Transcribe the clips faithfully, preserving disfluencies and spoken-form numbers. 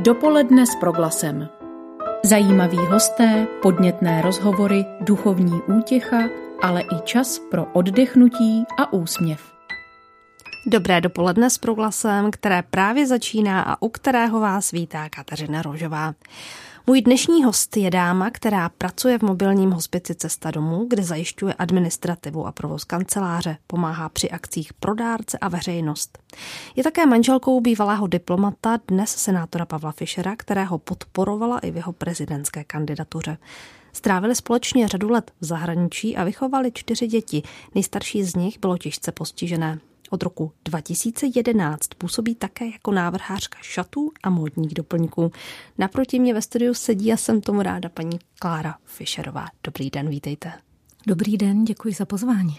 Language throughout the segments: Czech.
Dopoledne s Proglasem. Zajímaví hosté, podnětné rozhovory, duchovní útěcha, ale i čas pro oddechnutí a úsměv. Dobré dopoledne s Proglasem, které právě začíná a u kterého vás vítá Kateřina Rožová. Můj dnešní host je dáma, která pracuje v mobilním hospici Cesta domů, kde zajišťuje administrativu a provoz kanceláře, pomáhá při akcích pro dárce a veřejnost. Je také manželkou bývalého diplomata, dnes senátora Pavla Fischera, kterého podporovala i v jeho prezidentské kandidatuře. Strávili společně řadu let v zahraničí a vychovali čtyři děti. Nejstarší z nich bylo těžce postižené. Od roku dva tisíce jedenáct působí také jako návrhářka šatů a módních doplňků. Naproti mě ve studiu sedí a jsem tomu ráda paní Klára Fischerová. Dobrý den, vítejte. Dobrý den, děkuji za pozvání.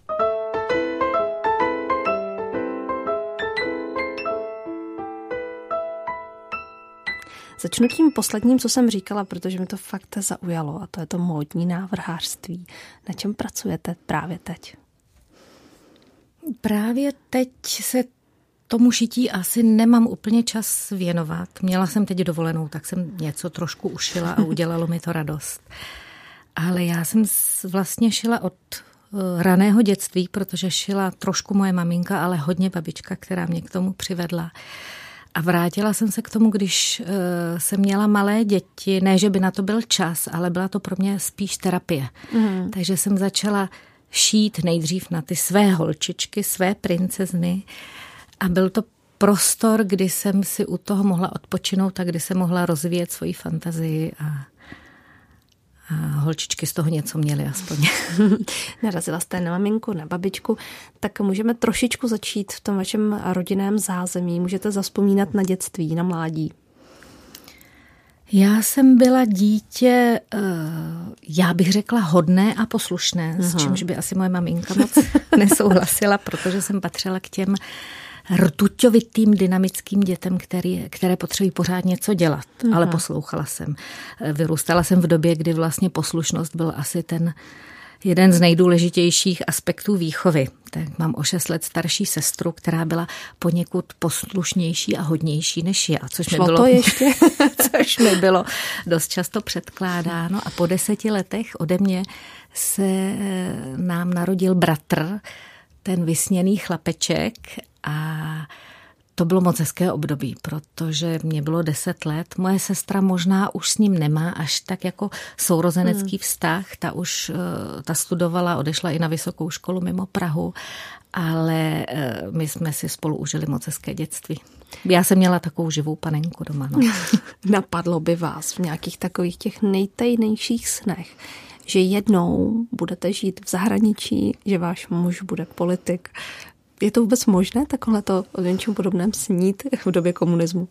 Začnu tím posledním, co jsem říkala, protože mi to fakt zaujalo, a to je to módní návrhářství. Na čem pracujete právě teď? Právě teď se tomu šití asi nemám úplně čas věnovat. Měla jsem teď dovolenou, tak jsem něco trošku ušila a udělalo mi to radost. Ale já jsem vlastně šila od raného dětství, protože šila trošku moje maminka, ale hodně babička, která mě k tomu přivedla. A vrátila jsem se k tomu, když uh, jsem měla malé děti. Ne, že by na to byl čas, ale byla to pro mě spíš terapie. Mm. Takže jsem začala šít nejdřív na ty své holčičky, své princezny. A byl to prostor, kdy jsem si u toho mohla odpočinout a kdy jsem mohla rozvíjet svoji fantazii a, a holčičky z toho něco měly aspoň. Narazila jste na maminku, na babičku, tak můžeme trošičku začít v tom vašem rodinném zázemí. Můžete zavzpomínat na dětství, na mládí. Já jsem byla dítě, já bych řekla hodné a poslušné, s čímž by asi moje maminka moc nesouhlasila, protože jsem patřila k těm rtuťovitým, dynamickým dětem, který, které potřebují pořád něco dělat, uh-huh. ale poslouchala jsem. Vyrůstala jsem v době, kdy vlastně poslušnost byl asi ten jeden z nejdůležitějších aspektů výchovy. Tak mám o šest let starší sestru, která byla poněkud poslušnější a hodnější než já, což mi bylo, to ještě? což mi bylo dost často předkládáno. A po deseti letech ode mě se nám narodil bratr, ten vysněný chlapeček, a to bylo moc hezké období, protože mě bylo deset let. Moje sestra možná už s ním nemá až tak jako sourozenecký hmm. vztah. Ta už ta studovala, odešla i na vysokou školu mimo Prahu, ale my jsme si spolu užili moc hezké dětství. Já jsem měla takovou živou panenku doma. No. Napadlo by vás v nějakých takových těch nejtajnějších snech, že jednou budete žít v zahraničí, že váš muž bude politik? Je to vůbec možné takovéto o něčem podobném snít v době komunismu?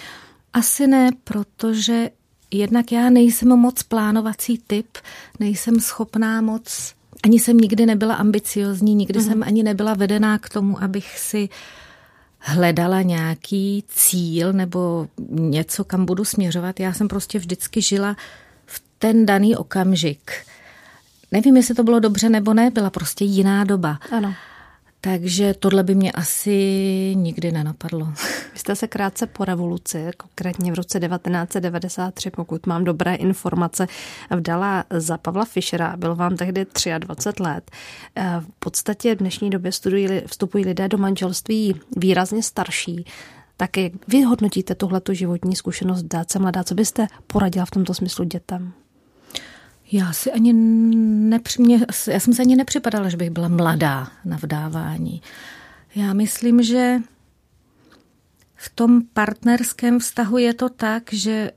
Asi ne, protože jednak já nejsem moc plánovací typ, nejsem schopná moc, ani jsem nikdy nebyla ambiciozní, nikdy mm. jsem ani nebyla vedená k tomu, abych si hledala nějaký cíl nebo něco, kam budu směřovat. Já jsem prostě vždycky žila v ten daný okamžik. Nevím, jestli to bylo dobře nebo ne, byla prostě jiná doba. Ano. Takže tohle by mě asi nikdy nenapadlo. Vy jste se krátce po revoluci, konkrétně v roce devatenáct set devadesát tři, pokud mám dobré informace, vdala za Pavla Fischera. Byl vám tehdy dvacet tři let. V podstatě v dnešní době studují, vstupují lidé do manželství výrazně starší. Tak jak vy hodnotíte tuhletu životní zkušenost dát se mladá? Co byste poradila v tomto smyslu dětem? Já si ani nepři, mě, já jsem se ani nepřipadala, že bych byla mladá na vdávání. Já myslím, že v tom partnerském vztahu je to tak, že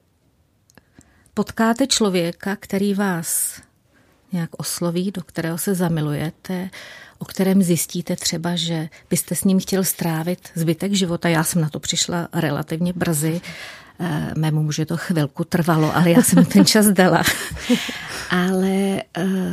potkáte člověka, který vás nějak osloví, do kterého se zamilujete, o kterém zjistíte třeba, že byste s ním chtěl strávit zbytek života. Já jsem na to přišla relativně brzy. Mému muži to chvilku trvalo, ale já jsem mu ten čas dala. Ale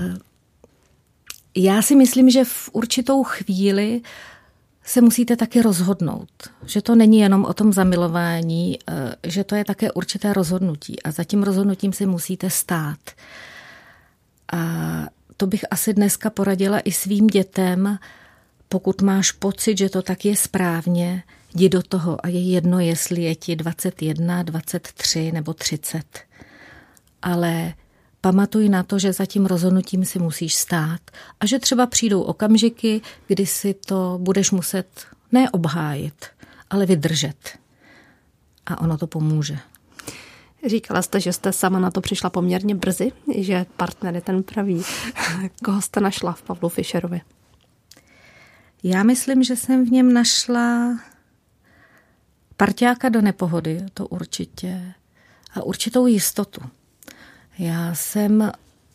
já si myslím, že v určitou chvíli se musíte taky rozhodnout. Že to není jenom o tom zamilování, že to je také určité rozhodnutí. A za tím rozhodnutím si musíte stát. A to bych asi dneska poradila i svým dětem, pokud máš pocit, že to tak je správně, jdi do toho a je jedno, jestli je ti dvacet jedna, dvacet tři nebo třicet. Ale pamatuj na to, že za tím rozhodnutím si musíš stát a že třeba přijdou okamžiky, kdy si to budeš muset ne obhájit, ale vydržet. A ono to pomůže. Říkala jste, že jste sama na to přišla poměrně brzy, že partner je ten pravý. Koho jste našla v Pavlu Fischerovi? Já myslím, že jsem v něm našla parťáka do nepohody, to určitě. A určitou jistotu. Já jsem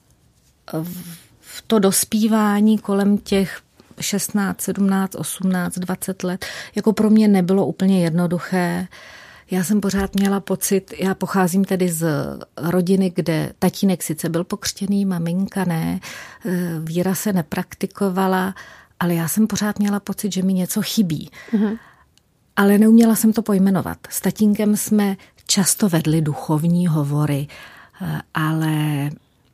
v to dospívání kolem těch šestnáct, sedmnáct, osmnáct, dvacet let, jako pro mě nebylo úplně jednoduché. Já jsem pořád měla pocit, já pocházím tedy z rodiny, kde tatínek sice byl pokřtěný, maminka ne, víra se nepraktikovala, ale já jsem pořád měla pocit, že mi něco chybí. Mm-hmm. Ale neuměla jsem to pojmenovat. S tatínkem jsme často vedli duchovní hovory, ale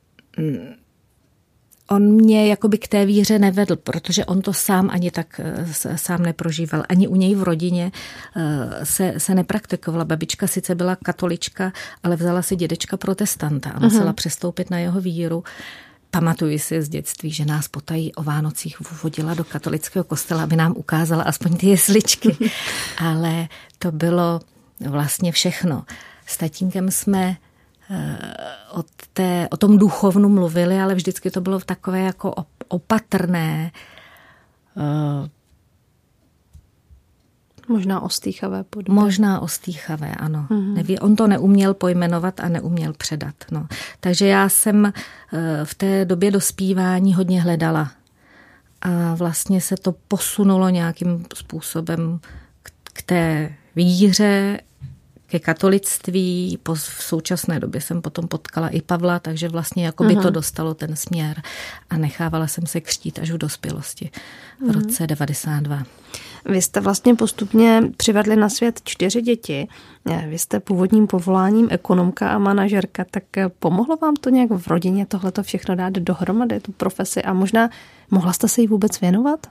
on mě jakoby k té víře nevedl, protože on to sám ani tak sám neprožíval. Ani u něj v rodině se, se nepraktikovala. Babička sice byla katolička, ale vzala si dědečka protestanta a musela uh-huh. přestoupit na jeho víru. Pamatuji si z dětství, že nás potají o Vánocích vodila do katolického kostela, aby nám ukázala aspoň ty jesličky. Ale to bylo vlastně všechno. S tatínkem jsme o, té, o tom duchovnu mluvili, ale vždycky to bylo takové jako opatrné. Možná ostýchavé podobě. Možná ostýchavé, ano. Mm-hmm. Neví, on to neuměl pojmenovat a neuměl předat. No. Takže já jsem v té době dospívání hodně hledala. A vlastně se to posunulo nějakým způsobem k té víře, ke katolictví. V současné době jsem potom potkala i Pavla, takže vlastně jako by to dostalo ten směr. A nechávala jsem se křtít až v dospělosti v roce devadesát dva. Vy jste vlastně postupně přivedli na svět čtyři děti. Vy jste původním povoláním ekonomka a manažerka, tak pomohlo vám to nějak v rodině tohleto všechno dát dohromady, tu profesi, a možná mohla jste se jí vůbec věnovat?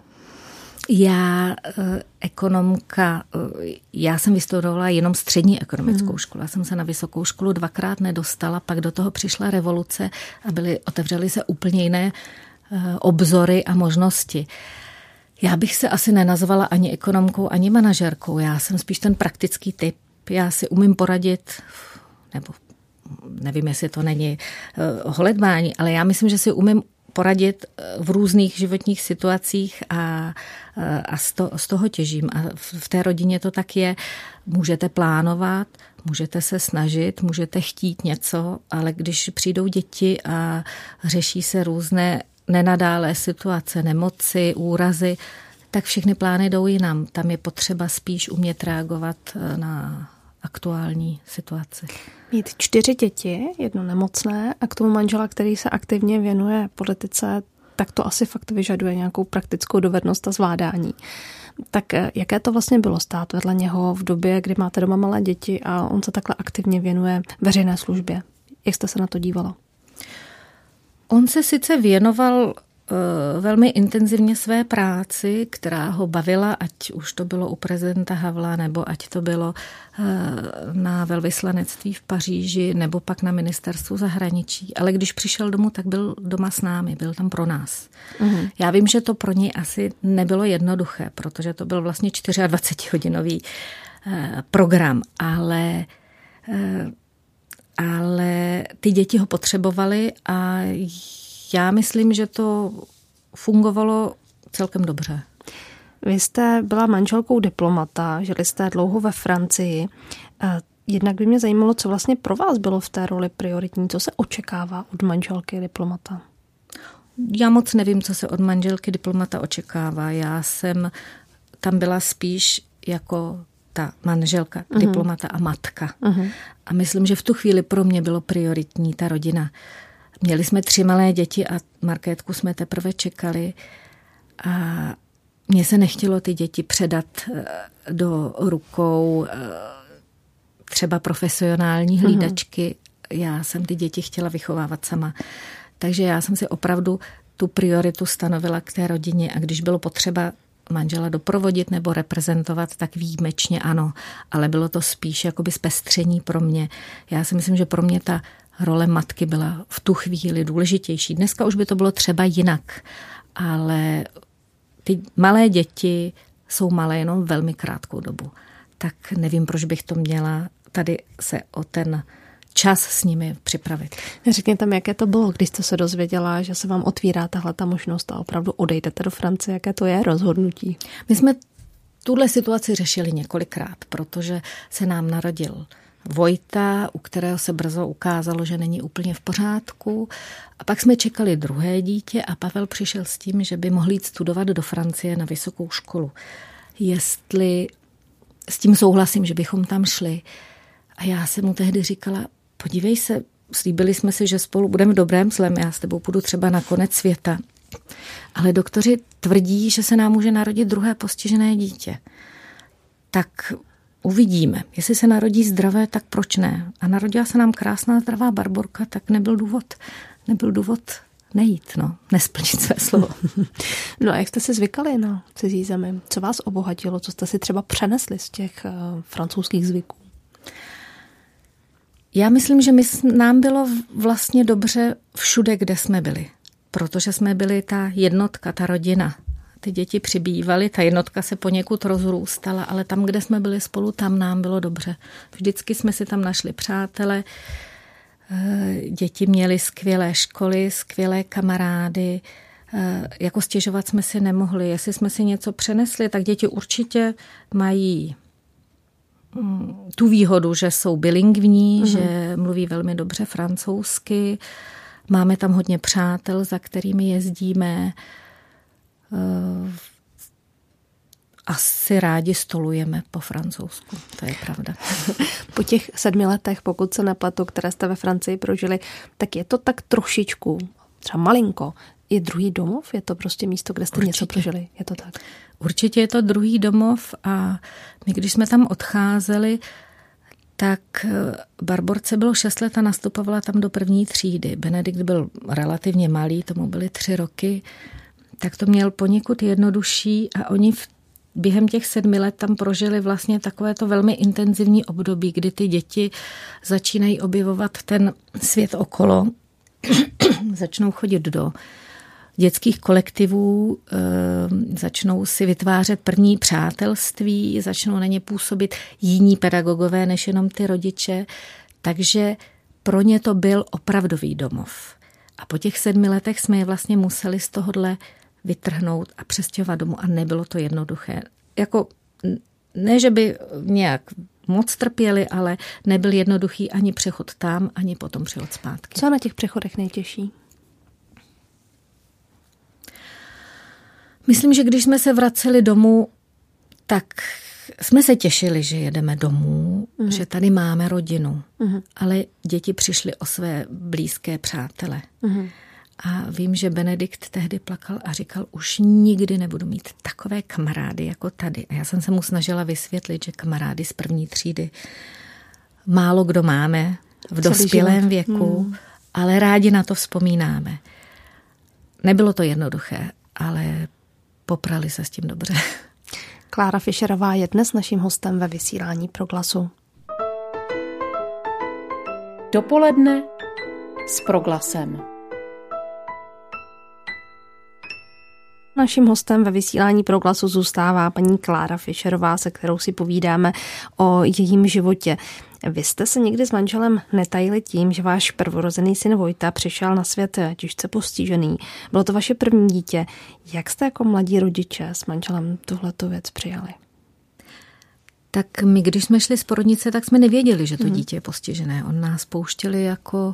Já ekonomka, já jsem vystudovala jenom střední ekonomickou mm. školu. Já jsem se na vysokou školu dvakrát nedostala, pak do toho přišla revoluce a byly, otevřely se úplně jiné obzory a možnosti. Já bych se asi nenazvala ani ekonomkou, ani manažerkou. Já jsem spíš ten praktický typ. Já si umím poradit, nebo nevím, jestli to není holedbání, ale já myslím, že si umím poradit v různých životních situacích a, a z, to, z toho těžím. A v té rodině to tak je. Můžete plánovat, můžete se snažit, můžete chtít něco, ale když přijdou děti a řeší se různé nenadálé situace, nemoci, úrazy, tak všechny plány jdou jinam. Tam je potřeba spíš umět reagovat na aktuální situaci. Mít čtyři děti, jedno nemocné a k tomu manžela, který se aktivně věnuje politice, tak to asi fakt vyžaduje nějakou praktickou dovednost a zvládání. Tak jaké to vlastně bylo stát vedle něho v době, kdy máte doma malé děti a on se takhle aktivně věnuje veřejné službě? Jak jste se na to dívala? On se sice věnoval uh, velmi intenzivně své práci, která ho bavila, ať už to bylo u prezidenta Havla, nebo ať to bylo uh, na velvyslanectví v Paříži, nebo pak na ministerstvu zahraničí. Ale když přišel domů, tak byl doma s námi, byl tam pro nás. Uh-huh. Já vím, že to pro něj asi nebylo jednoduché, protože to byl vlastně dvacetčtyřhodinový uh, program, ale... Uh, ale ty děti ho potřebovaly a já myslím, že to fungovalo celkem dobře. Vy jste byla manželkou diplomata, žili jste dlouho ve Francii. Jednak by mě zajímalo, co vlastně pro vás bylo v té roli prioritní, co se očekává od manželky diplomata? Já moc nevím, co se od manželky diplomata očekává. Já jsem tam byla spíš jako ta manželka, uh-huh. diplomata a matka. Uh-huh. A myslím, že v tu chvíli pro mě bylo prioritní ta rodina. Měli jsme tři malé děti a Markétku jsme teprve čekali a mně se nechtělo ty děti předat do rukou třeba profesionální hlídačky. Uh-huh. Já jsem ty děti chtěla vychovávat sama. Takže já jsem si opravdu tu prioritu stanovila k té rodině a když bylo potřeba manžela doprovodit nebo reprezentovat, tak výjimečně ano, ale bylo to spíš jakoby zpestření pro mě. Já si myslím, že pro mě ta role matky byla v tu chvíli důležitější. Dneska už by to bylo třeba jinak, ale ty malé děti jsou malé jenom velmi krátkou dobu. Tak nevím, proč bych to měla tady se o ten čas s nimi připravit. Řekněte mi, jaké to bylo, když jste se dozvěděla, že se vám otvírá tahle ta možnost a opravdu odejdete do Francie, jaké to je rozhodnutí? My jsme tuhle situaci řešili několikrát, protože se nám narodil Vojta, u kterého se brzo ukázalo, že není úplně v pořádku. A pak jsme čekali druhé dítě a Pavel přišel s tím, že by mohl jít studovat do Francie na vysokou školu. Jestli s tím souhlasím, že bychom tam šli. A já jsem mu tehdy říkala, podívej se, slíbili jsme si, že spolu budeme v dobrém zlem, já s tebou půjdu třeba na konec světa. Ale doktoři tvrdí, že se nám může narodit druhé postižené dítě. Tak uvidíme. Jestli se narodí zdravé, tak proč ne? A narodila se nám krásná zdravá Barborka, tak nebyl důvod, nebyl důvod nejít, no, nesplnit své slovo. No a jak jste si zvykali na cizí zemi? Co vás obohatilo? Co jste si třeba přenesli z těch uh, francouzských zvyků? Já myslím, že my, nám bylo vlastně dobře všude, kde jsme byli. Protože jsme byli ta jednotka, ta rodina. Ty děti přibývaly, ta jednotka se poněkud rozrůstala, ale tam, kde jsme byli spolu, tam nám bylo dobře. Vždycky jsme si tam našli přátele, děti měly skvělé školy, skvělé kamarády, jako stěžovat jsme si nemohli. Jestli jsme si něco přenesli, tak děti určitě mají tu výhodu, že jsou bilingvní, mm-hmm. že mluví velmi dobře francouzsky, máme tam hodně přátel, za kterými jezdíme. Asi rádi stolujeme po francouzsku, to je pravda. Po těch sedmi letech, pokud se nepletu, které jste ve Francii prožili, tak je to tak trošičku, třeba malinko, je druhý domov? Je to prostě místo, kde jste Určitě. něco prožili? Je to tak? Určitě je to druhý domov a my, když jsme tam odcházeli, tak Barborce bylo šest let a nastupovala tam do první třídy. Benedikt byl relativně malý, tomu byly tři roky, tak to měl poněkud jednodušší a oni v, během těch sedmi let tam prožili vlastně takovéto velmi intenzivní období, kdy ty děti začínají objevovat ten svět okolo, začnou chodit do dětských kolektivů, začnou si vytvářet první přátelství, začnou na ně působit jiní pedagogové než jenom ty rodiče, takže pro ně to byl opravdový domov. A po těch sedmi letech jsme je vlastně museli z tohohle vytrhnout a přestěhovat domů a nebylo to jednoduché. Jako ne, že by nějak moc trpěli, ale nebyl jednoduchý ani přechod tam, ani potom přechod zpátky. Co na těch přechodech nejtěžší? Myslím, že když jsme se vraceli domů, tak jsme se těšili, že jedeme domů, mm. že tady máme rodinu, mm. ale děti přišly o své blízké přátele. Mm. A vím, že Benedikt tehdy plakal a říkal, už nikdy nebudu mít takové kamarády jako tady. A já jsem se mu snažila vysvětlit, že kamarády z první třídy málo kdo máme v dospělém věku, mm. ale rádi na to vzpomínáme. Nebylo to jednoduché, ale poprali se s tím dobře. Klára Fischerová je dnes naším hostem ve vysílání Proglasu. Dopoledne s Proglasem. Naším hostem ve vysílání Proglasu zůstává paní Klára Fischerová, se kterou si povídáme o jejím životě. Vy jste se někdy s manželem netajili tím, že váš prvorozený syn Vojta přišel na svět těžce postižený. Bylo to vaše první dítě. Jak jste jako mladí rodiče s manželem tuhletu věc přijali? Tak my, když jsme šli z porodnice, tak jsme nevěděli, že to mm. dítě je postižené. On nás pouštěli jako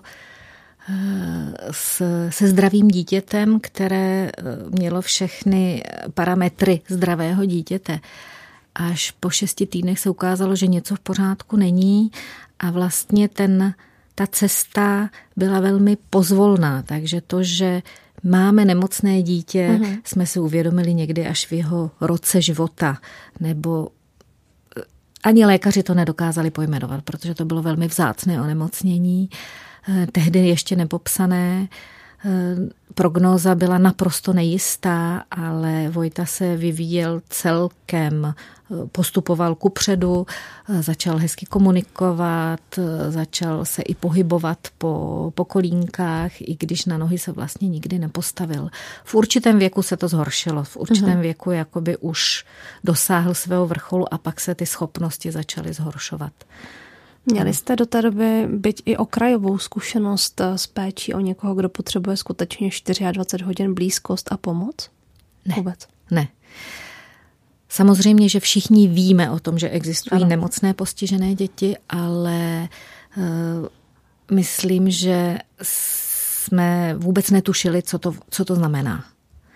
s, se zdravým dítětem, které mělo všechny parametry zdravého dítěte. Až po šesti týdnech se ukázalo, že něco v pořádku není a vlastně ten, ta cesta byla velmi pozvolná, takže to, že máme nemocné dítě, mm-hmm. jsme si uvědomili někdy až v jeho roce života, nebo ani lékaři to nedokázali pojmenovat, protože to bylo velmi vzácné onemocnění, tehdy ještě nepopsané Prognóza byla naprosto nejistá, ale Vojta se vyvíjel celkem, postupoval kupředu, začal hezky komunikovat, začal se i pohybovat po, po kolínkách, i když na nohy se vlastně nikdy nepostavil. V určitém věku se to zhoršilo, v určitém věku jakoby už dosáhl svého vrcholu a pak se ty schopnosti začaly zhoršovat. Měli jste do té doby byť i okrajovou zkušenost s péčí o někoho, kdo potřebuje skutečně dvacet čtyři hodin blízkost a pomoc? Ne, Vůbec? ne. Samozřejmě, že všichni víme o tom, že existují ano. nemocné postižené děti, ale uh, myslím, že jsme vůbec netušili, co to, co to znamená.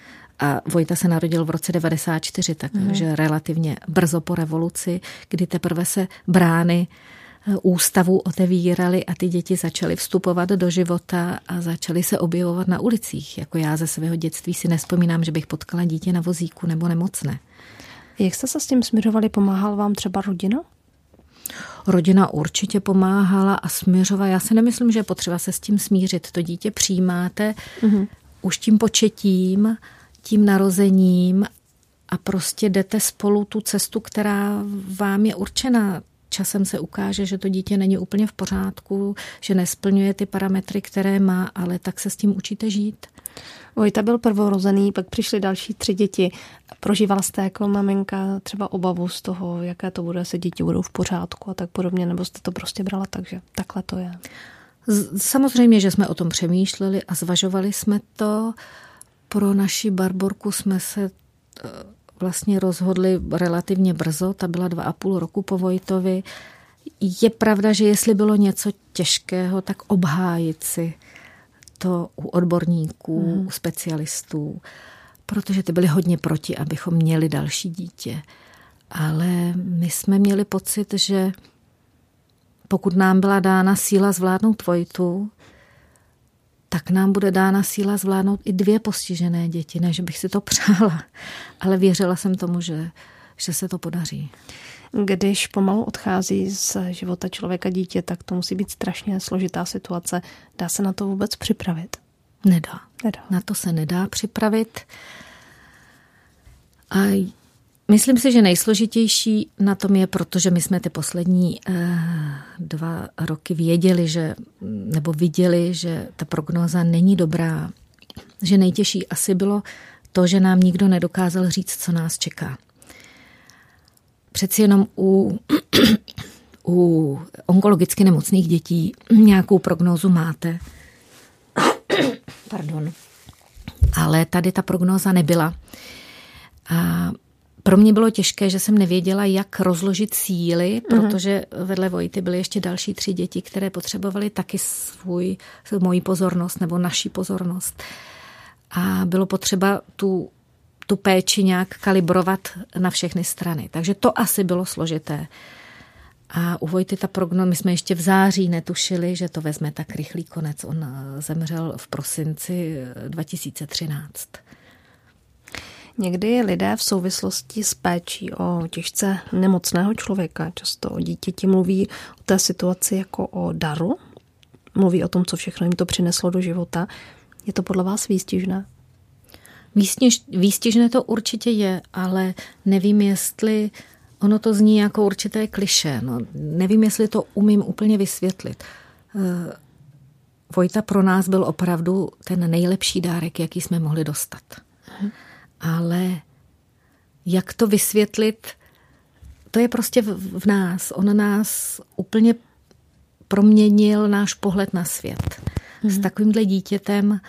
A Vojta se narodil v roce devadesát čtyři, takže mm. relativně brzo po revoluci, kdy teprve se brány ústavů otevíraly a ty děti začaly vstupovat do života a začaly se objevovat na ulicích. Jako já ze svého dětství si nevzpomínám, že bych potkala dítě na vozíku nebo nemocné. Jak jste se s tím směřovali? Pomáhala vám třeba rodina? Rodina určitě pomáhala a směřovala. Já si nemyslím, že je potřeba se s tím smířit. To dítě přijímáte mm-hmm. už tím početím, tím narozením a prostě jdete spolu tu cestu, která vám je určená. Časem se ukáže, že to dítě není úplně v pořádku, že nesplňuje ty parametry, které má, ale tak se s tím učíte žít. Vojta byl prvorozený, pak přišly další tři děti. Prožívala jste jako maminka třeba obavu z toho, jaké to bude, se děti budou v pořádku a tak podobně, nebo jste to prostě brala tak, že takhle to je? Samozřejmě, že jsme o tom přemýšleli a zvažovali jsme to. Pro naši Barborku jsme se vlastně rozhodli relativně brzo, ta byla dva a půl roku po Vojtovi. Je pravda, že jestli bylo něco těžkého, tak obhájit si to u odborníků, hmm. u specialistů, protože ty byli hodně proti, abychom měli další dítě. Ale my jsme měli pocit, že pokud nám byla dána síla zvládnout Vojtu, tak nám bude dána síla zvládnout i dvě postižené děti, ne, že bych si to přála, ale věřila jsem tomu, že, že se to podaří. Když pomalu odchází z života člověka dítě, tak to musí být strašně složitá situace. Dá se na to vůbec připravit? Nedá. Nedá. Na to se nedá připravit. A myslím si, že nejsložitější na tom je, protože my jsme ty poslední eh, dva roky věděli, že, nebo viděli, že ta prognóza není dobrá. Že nejtěžší asi bylo to, že nám nikdo nedokázal říct, co nás čeká. Přeci jenom u, u onkologicky nemocných dětí nějakou prognózu máte. Pardon. Ale tady ta prognóza nebyla. A pro mě bylo těžké, že jsem nevěděla, jak rozložit síly, protože vedle Vojty byly ještě další tři děti, které potřebovaly taky svůj, moji pozornost nebo naši pozornost. A bylo potřeba tu, tu péči nějak kalibrovat na všechny strany. Takže to asi bylo složité. A u Vojty ta prognóza, my jsme ještě v září netušili, že to vezme tak rychlý konec. On zemřel v prosinci dva tisíce třináct. Někdy lidé v souvislosti s péčí o těžce nemocného člověka, často o dítěti, mluví o té situaci jako o daru. Mluví o tom, co všechno jim to přineslo do života. Je to podle vás výstižné? Výstiž, výstižné to určitě je, ale nevím, jestli ono to zní jako určité klišé. No, nevím, jestli to umím úplně vysvětlit. Vojta pro nás byl opravdu ten nejlepší dárek, jaký jsme mohli dostat. Hmm. Ale jak to vysvětlit, to je prostě v, v nás. On nás úplně proměnil náš pohled na svět. Mm. S takovýmhle dítětem,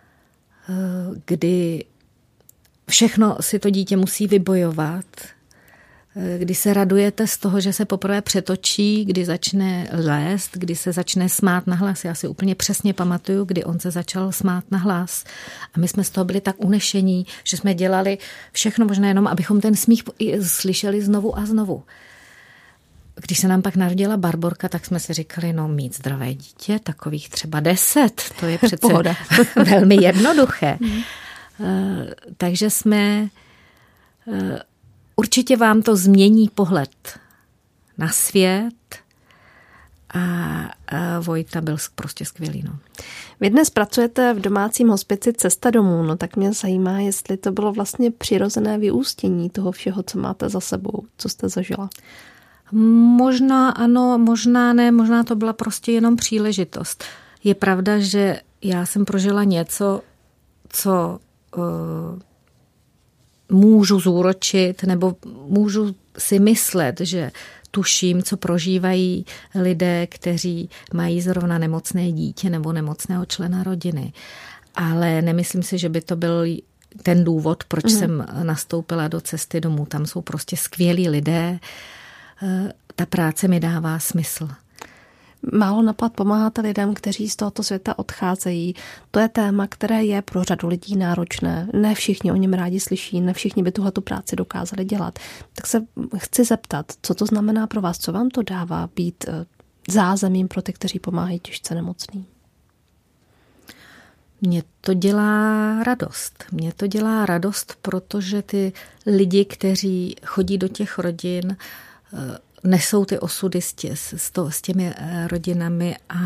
kdy všechno si to dítě musí vybojovat, kdy se radujete z toho, že se poprvé přetočí, kdy začne lézt, kdy se začne smát na hlas. Já si úplně přesně pamatuju, kdy on se začal smát na hlas. A my jsme z toho byli tak unešení, že jsme dělali všechno možné jenom, abychom ten smích slyšeli znovu a znovu. Když se nám pak narodila Barborka, tak jsme si říkali, no mít zdravé dítě, takových třeba deset, to je přece velmi jednoduché. Mm. Uh, takže jsme... Uh, Určitě vám to změní pohled na svět a, a Vojta byl prostě skvělý. No. Vy dnes pracujete v domácím hospici Cesta domů, no tak mě zajímá, jestli to bylo vlastně přirozené vyústění toho všeho, co máte za sebou, co jste zažila. Možná ano, možná ne, možná to byla prostě jenom příležitost. Je pravda, že já jsem prožila něco, co uh, můžu zúročit, nebo můžu si myslet, že tuším, co prožívají lidé, kteří mají zrovna nemocné dítě nebo nemocného člena rodiny. Ale nemyslím si, že by to byl ten důvod, proč mm. jsem nastoupila do Cesty domů. Tam jsou prostě skvělí lidé. Ta práce mi dává smysl. Málo napad pomáháte lidem, kteří z tohoto světa odcházejí. To je téma, které je pro řadu lidí náročné. Ne všichni o něm rádi slyší, ne všichni by tuhletu práci dokázali dělat. Tak se chci zeptat, co to znamená pro vás, co vám to dává být zázemím pro ty, kteří pomáhají těžce nemocným? Mně to dělá radost. Mně to dělá radost, protože ty lidi, kteří chodí do těch rodin, nesou ty osudy s, tě, s, to, s těmi rodinami a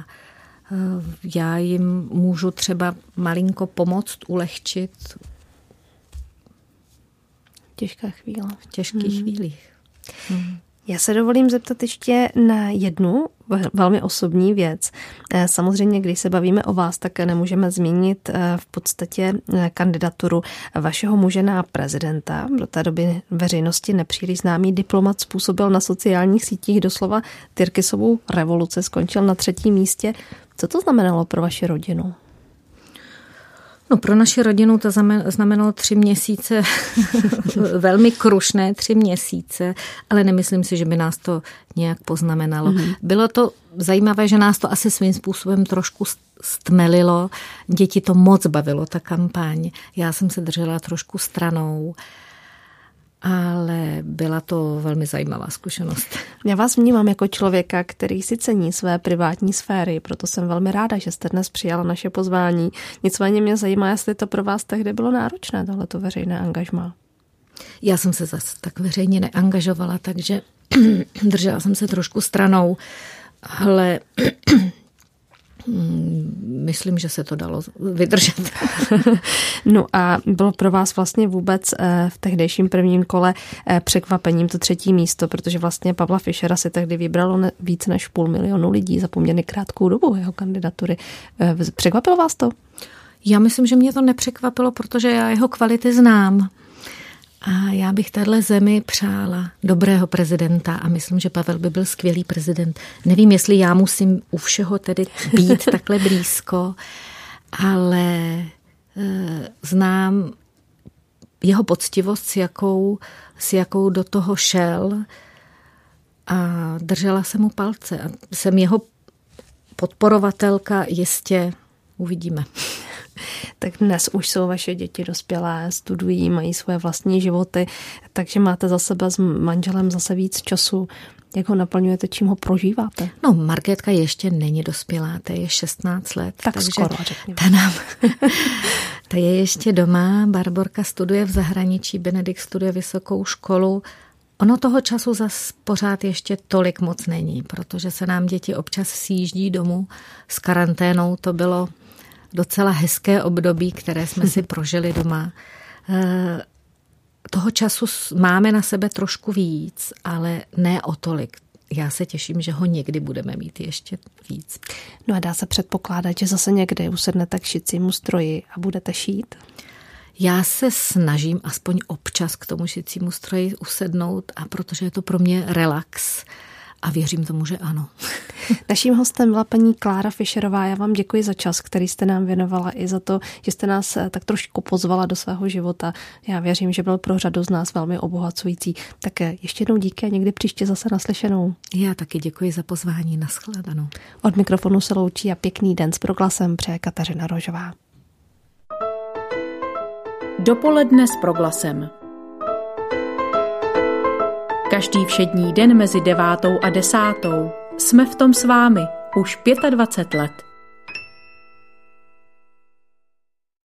já jim můžu třeba malinko pomoct, ulehčit. Těžké chvíle. V těžkých hmm. chvílích. Hmm. Já se dovolím zeptat ještě na jednu velmi osobní věc. Samozřejmě, když se bavíme o vás, tak nemůžeme zmínit v podstatě kandidaturu vašeho muže na prezidenta. Do té doby veřejnosti nepříliš známý diplomat způsobil na sociálních sítích doslova Tyrkisovou revoluci, skončil na třetím místě. Co to znamenalo pro vaši rodinu? No, pro naši rodinu to znamenalo tři měsíce, velmi krušné tři měsíce, ale nemyslím si, že by nás to nějak poznamenalo. Mm-hmm. Bylo to zajímavé, že nás to asi svým způsobem trošku stmelilo. Děti to moc bavilo, ta kampaň. Já jsem se držela trošku stranou, ale byla to velmi zajímavá zkušenost. Já vás vnímám jako člověka, který si cení své privátní sféry, proto jsem velmi ráda, že jste dnes přijala naše pozvání. Nicméně mě zajímá, jestli to pro vás tehdy bylo náročné, tohleto veřejné angažmá. Já jsem se zase tak veřejně neangažovala, takže držela jsem se trošku stranou, ale myslím, že se to dalo vydržet. No a bylo pro vás vlastně vůbec v tehdejším prvním kole překvapením to třetí místo, protože vlastně Pavla Fischera si tehdy vybralo víc než půl milionu lidí za poměrně krátkou dobu jeho kandidatury. Překvapilo vás to? Já myslím, že mě to nepřekvapilo, protože já jeho kvality znám. A já bych téhle zemi přála dobrého prezidenta a myslím, že Pavel by byl skvělý prezident. Nevím, jestli já musím u všeho tedy být takhle blízko, ale e, znám jeho poctivost, s jakou, s jakou do toho šel a držela jsem mu palce. A jsem jeho podporovatelka, jistě uvidíme. Tak dnes už jsou vaše děti dospělé, studují, mají svoje vlastní životy, takže máte za sebe s manželem zase víc času. Jak ho naplňujete, čím ho prožíváte? No, Markétka ještě není dospělá, to je šestnáct let. Tak takže skoro, řekněme. Ta, nám, ta je ještě doma, Barborka studuje v zahraničí, Benedikt studuje vysokou školu. Ono toho času zas pořád ještě tolik moc není, protože se nám děti občas sjíždí domů s karanténou, to bylo docela hezké období, které jsme si prožili doma. E, toho času máme na sebe trošku víc, ale ne o tolik. Já se těším, že ho někdy budeme mít ještě víc. No a dá se předpokládat, že zase někdy usednete k šicímu stroji a budete šít? Já se snažím aspoň občas k tomu šicímu stroji usednout, a protože je to pro mě relax. A věřím tomu, že ano. Naším hostem byla paní Klára Fischerová. Já vám děkuji za čas, který jste nám věnovala, i za to, že jste nás tak trošku pozvala do svého života. Já věřím, že byl pro řadu z nás velmi obohacující. Tak ještě jednou díky a někdy příště zase naslyšenou. Já taky děkuji za pozvání. Nashledanou. Od mikrofonu se loučí a pěkný den s Proglasem přeje Kateřina Rožová. Dopoledne s Proglasem. Každý všední den mezi devátou a desátou jsme v tom s vámi už dvacet pět let.